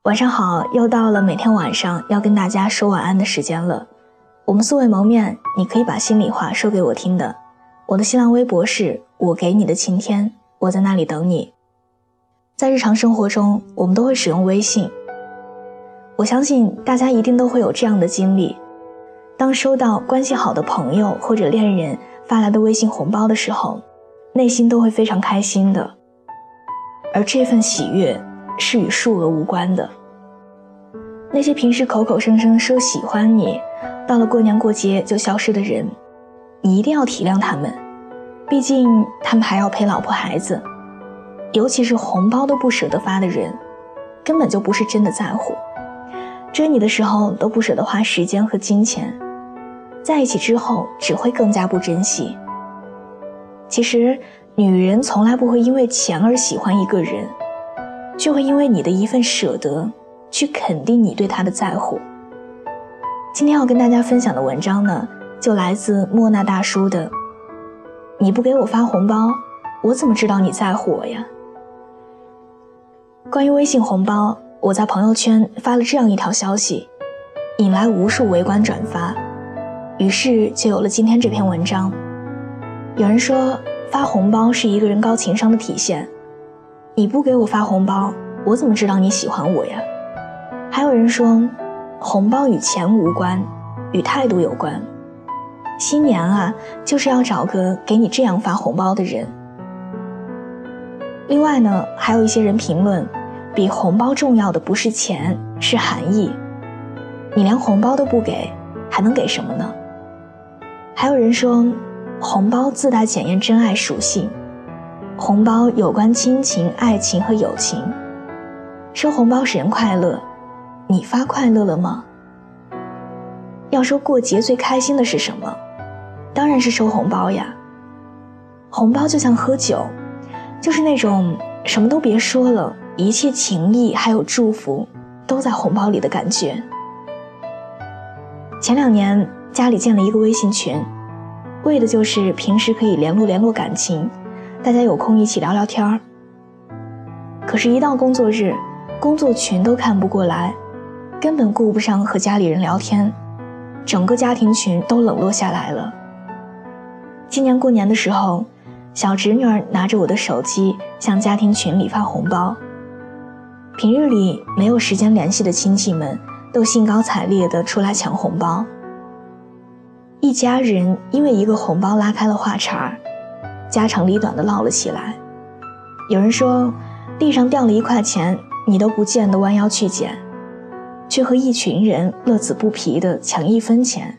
晚上好，又到了每天晚上要跟大家说晚安的时间了。我们素未谋面，你可以把心里话说给我听的。我的新浪微博是我给你的晴天，我在那里等你。在日常生活中，我们都会使用微信。我相信大家一定都会有这样的经历，当收到关系好的朋友或者恋人发来的微信红包的时候，内心都会非常开心的。而这份喜悦是与数额无关的。那些平时口口声声说喜欢你，到了过年过节就消失的人，你一定要体谅他们，毕竟他们还要陪老婆孩子。尤其是红包都不舍得发的人，根本就不是真的在乎。追你的时候都不舍得花时间和金钱，在一起之后只会更加不珍惜。其实女人从来不会因为钱而喜欢一个人，却会因为你的一份舍得去肯定你对他的在乎。今天要跟大家分享的文章呢，就来自莫那大叔的你不给我发红包，我怎么知道你在乎我呀？关于微信红包，我在朋友圈发了这样一条消息，引来无数围观转发，于是就有了今天这篇文章。有人说发红包是一个人高情商的体现，你不给我发红包，我怎么知道你喜欢我呀？还有人说红包与钱无关，与态度有关，新年啊，就是要找个给你这样发红包的人。另外呢，还有一些人评论，比红包重要的不是钱，是含义。你连红包都不给，还能给什么呢？还有人说红包自带检验真爱属性，红包有关亲情、爱情和友情。收红包使人快乐，你发快乐了吗？要说过节最开心的是什么？当然是收红包呀。红包就像喝酒，就是那种什么都别说了，一切情谊还有祝福都在红包里的感觉。前2年家里建了一个微信群，为的就是平时可以联络感情，大家有空一起聊聊天儿。可是一到工作日，工作群都看不过来，根本顾不上和家里人聊天，整个家庭群都冷落下来了。今年过年的时候，小侄女儿拿着我的手机向家庭群里发红包，平日里没有时间联系的亲戚们都兴高采烈地出来抢红包。一家人因为一个红包拉开了话茬，家长里短地唠了起来。有人说地上掉了1块钱，你都不见得弯腰去捡，却和一群人乐此不疲地抢1分钱。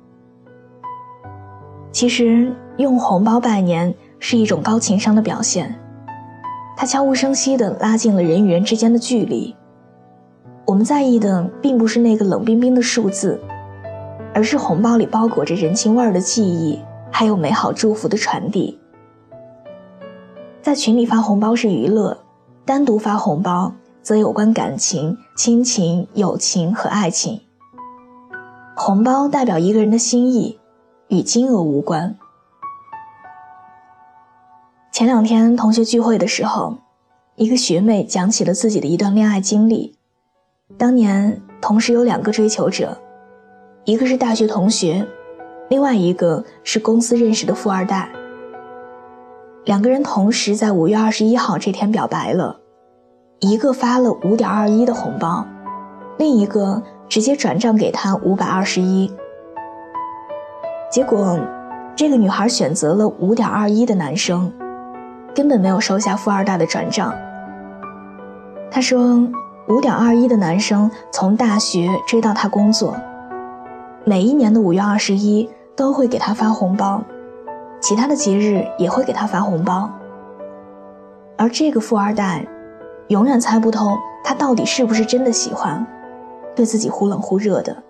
其实用红包拜年是一种高情商的表现，它悄无声息地拉近了人与人之间的距离。我们在意的并不是那个冷冰冰的数字，而是红包里包裹着人情味的记忆，还有美好祝福的传递。在群里发红包是娱乐，单独发红包则有关感情、亲情、友情和爱情。红包代表一个人的心意，与金额无关。前2天同学聚会的时候，一个学妹讲起了自己的一段恋爱经历。当年同时有2个追求者，一个是大学同学，另外一个是公司认识的富二代。2个人同时在5月21号这天表白了，一个发了 5.21 的红包，另一个直接转账给他521。结果这个女孩选择了 5.21 的男生，根本没有收下富二代的转账。她说 5.21 的男生从大学追到她工作，每一年的5月21都会给她发红包，其他的节日也会给她发红包。而这个富二代永远猜不透他到底是不是真的喜欢，对自己忽冷忽热的。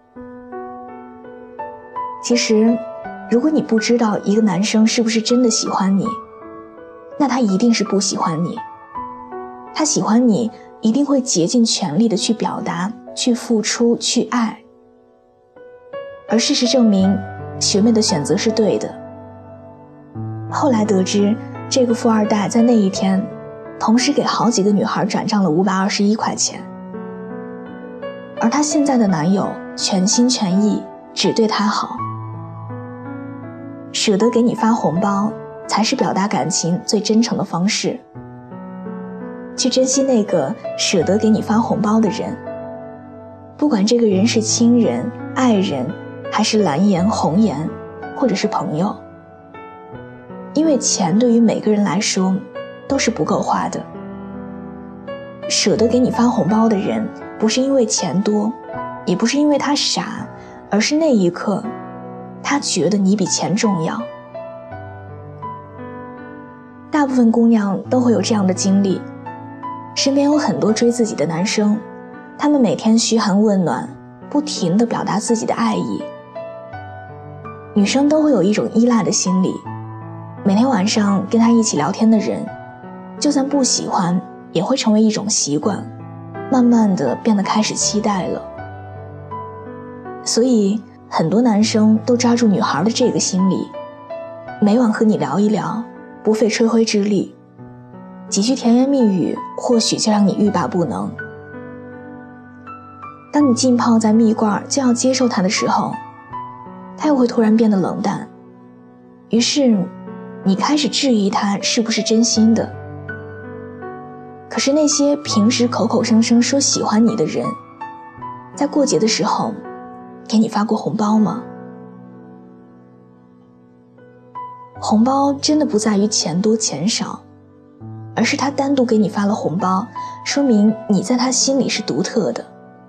其实如果你不知道一个男生是不是真的喜欢你，那他一定是不喜欢你。他喜欢你一定会竭尽全力的去表达，去付出，去爱。而事实证明，学妹的选择是对的。后来得知，这个富二代在那一天同时给好几个女孩转账了521块钱， 而她现在的男友全心全意只对她好。舍得给你发红包，才是表达感情最真诚的方式。去珍惜那个舍得给你发红包的人，不管这个人是亲人、爱人，还是蓝颜、红颜，或者是朋友。因为钱对于每个人来说都是不够花的。舍得给你发红包的人，不是因为钱多，也不是因为他傻，而是那一刻他觉得你比钱重要。大部分姑娘都会有这样的经历，身边有很多追自己的男生，他们每天嘘寒问暖，不停地表达自己的爱意。女生都会有一种依赖的心理，每天晚上跟他一起聊天的人，就算不喜欢，也会成为一种习惯，慢慢地变得开始期待了。所以很多男生都抓住女孩的这个心理，每晚和你聊一聊，不费吹灰之力，几句甜言蜜语或许就让你欲罢不能。当你浸泡在蜜罐就要接受它的时候，它又会突然变得冷淡，于是你开始质疑他是不是真心的。可是那些平时口口声声说喜欢你的人，在过节的时候给你发过红包吗？红包真的不在于钱多钱少，而是他单独给你发了红包，说明你在他心里是独特的。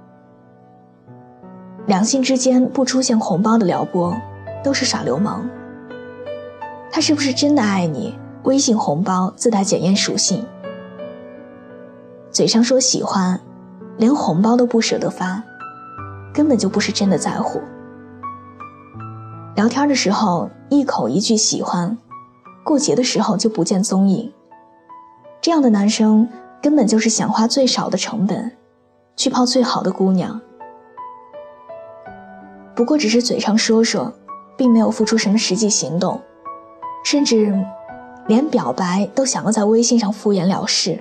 两性之间不出现红包的撩拨，都是耍流氓。他是不是真的爱你？微信红包自带检验属性。嘴上说喜欢，连红包都不舍得发，根本就不是真的在乎。聊天的时候一口一句喜欢，过节的时候就不见踪影。这样的男生根本就是想花最少的成本去泡最好的姑娘，不过只是嘴上说说，并没有付出什么实际行动，甚至连表白都想要在微信上敷衍了事。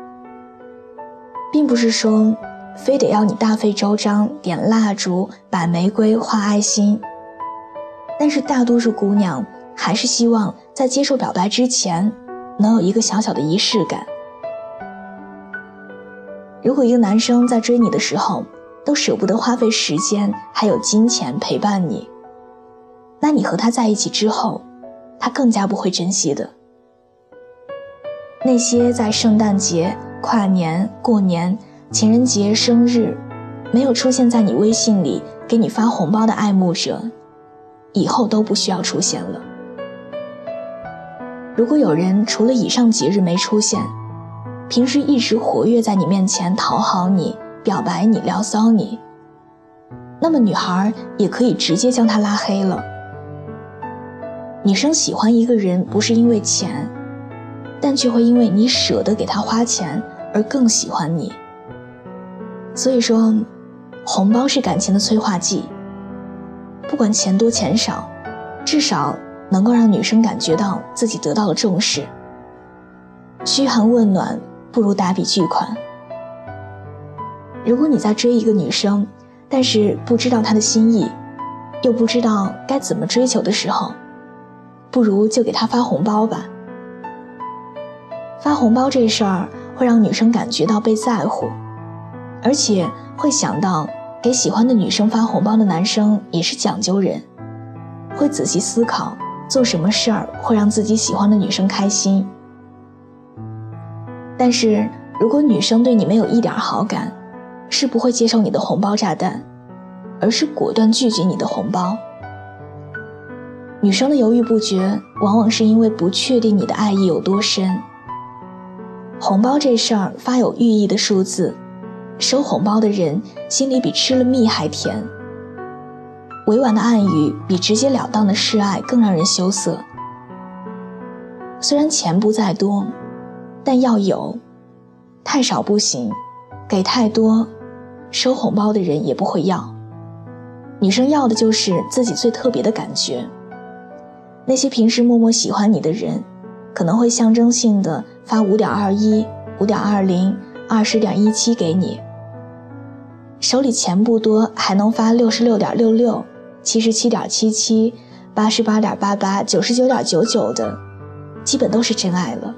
并不是说非得要你大费周章点蜡烛、摆玫瑰、画爱心，但是大多数姑娘还是希望在接受表白之前能有一个小小的仪式感。如果一个男生在追你的时候都舍不得花费时间还有金钱陪伴你，那你和他在一起之后，他更加不会珍惜的。那些在圣诞节、跨年、过年、情人节、生日没有出现在你微信里给你发红包的爱慕者，以后都不需要出现了。如果有人除了以上节日没出现，平时一直活跃在你面前讨好你、表白你、聊骚你，那么女孩也可以直接将他拉黑了。女生喜欢一个人不是因为钱，但却会因为你舍得给他花钱而更喜欢你。所以说，红包是感情的催化剂，不管钱多钱少，至少能够让女生感觉到自己得到了重视。嘘寒问暖不如大笔巨款。如果你在追一个女生，但是不知道她的心意，又不知道该怎么追求的时候，不如就给她发红包吧。发红包这事儿会让女生感觉到被在乎，而且会想到给喜欢的女生发红包的男生也是讲究人，会仔细思考做什么事儿会让自己喜欢的女生开心。但是如果女生对你没有一点好感，是不会接受你的红包炸弹，而是果断拒绝你的红包。女生的犹豫不决，往往是因为不确定你的爱意有多深。红包这事儿发有寓意的数字，收红包的人心里比吃了蜜还甜。委婉的暗语比直截了当的示爱更让人羞涩。虽然钱不在多，但要有，太少不行，给太多，收红包的人也不会要。女生要的就是自己最特别的感觉。那些平时默默喜欢你的人，可能会象征性的发 5.21、5.20、20.17 给你， 手里钱不多还能发66.66、77.77、88.88、99.99的，基本都是真爱了。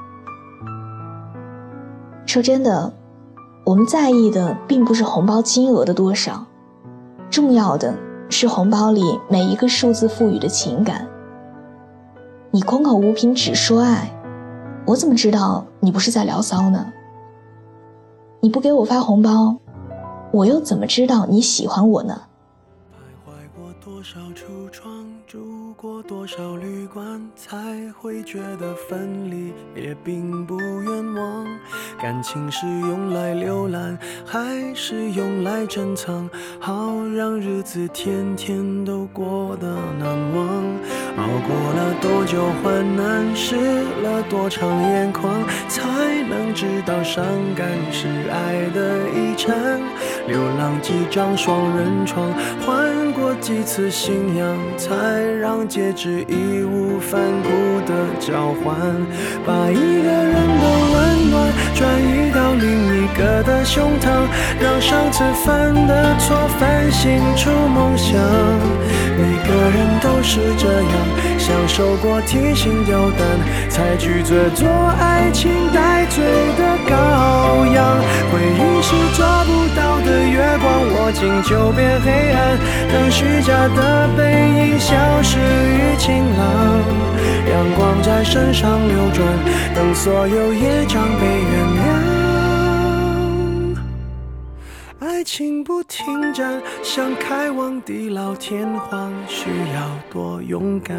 说真的，我们在意的并不是红包金额的多少，重要的是红包里每一个数字赋予的情感。你空口无凭只说爱，我怎么知道你不是在聊骚呢？你不给我发红包，我又怎么知道你喜欢我呢？ 徘徊过多少橱窗，住过多少旅馆，才会觉得分离也并不冤枉。感情是用来浏览，还是用来珍藏？好让日子天天都过得难忘。熬过了多久患难，湿了多长眼眶，才能知道伤感是爱的遗产。流浪几张双人床，换过几次信仰，才让戒指义无反顾的交换。把一个人的温暖转移到另一个的胸膛，让上次犯的错反省出梦想。每个人都是这样，享受过提心吊胆，才拒绝做爱情带罪的羔羊。回忆是抓不到的月光，握紧就变黑暗，等虚假的背影消失于晴朗。阳光在身上流转，等所有业障被原谅。爱情不停站，想开往地老天荒，需要多勇敢。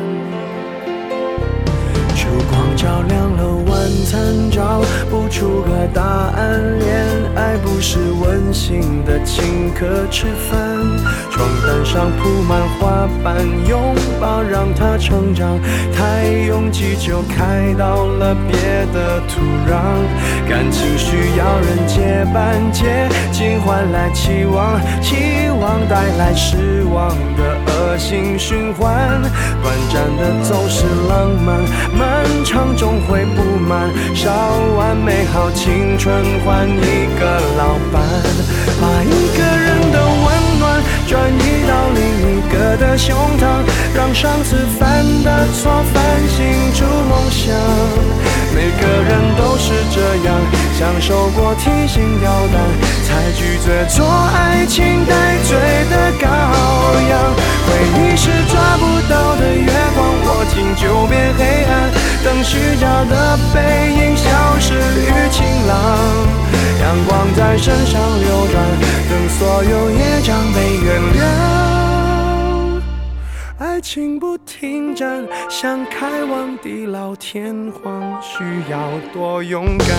烛光照亮了晚餐，找不出个答案。恋爱不是温馨的请客吃饭，床单上铺满花瓣，拥抱让它成长。太拥挤就开到了别的土壤，感情需要人接班，接近换来期望，期望带来失望的恶性循环。短暂的总是浪漫，漫长终会不满，烧完美好青春换一个老伴。把一个人的温暖转移到另一个的胸膛，让上次犯的错反省出梦想。每个人都是这样，享受过提心吊胆，才拒绝做爱情带罪的羔羊。回忆是抓不到的月光，握紧就变黑暗，等虚假的背影消失于晴朗。阳光在身上流转，等所有业障被原谅。爱情不停站，想开往地老天荒，需要多勇敢。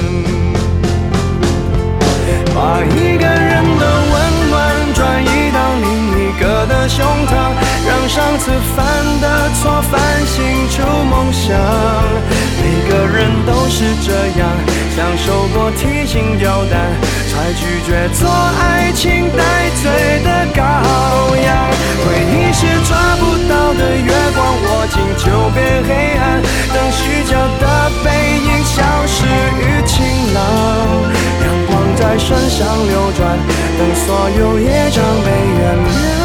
把一个人的温暖转移到另一个的胸膛，让上次犯的错反省出梦想。每个人都是这样，享受过提心吊胆，才拒绝做爱情带罪的羔羊。回忆是抓不到的月光，握紧就变黑暗，等虚假的背影消失于晴朗。阳光在身上流转，等所有业障被原谅。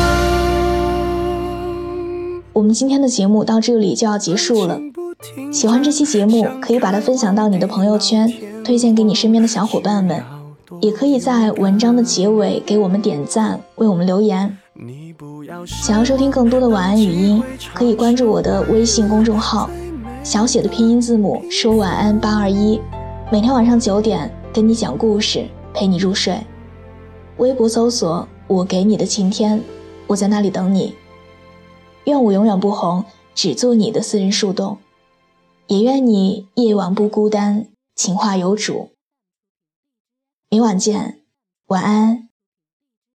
我们今天的节目到这里就要结束了。喜欢这期节目，可以把它分享到你的朋友圈，推荐给你身边的小伙伴们，也可以在文章的结尾给我们点赞，为我们留言。想要收听更多的晚安语音，可以关注我的微信公众号，小写的拼音字母说晚安821，每天晚上9点跟你讲故事，陪你入睡。微博搜索我给你的晴天，我在那里等你。愿我永远不红，只做你的私人树洞，也愿你夜晚不孤单，情话有主。明晚见，晚安。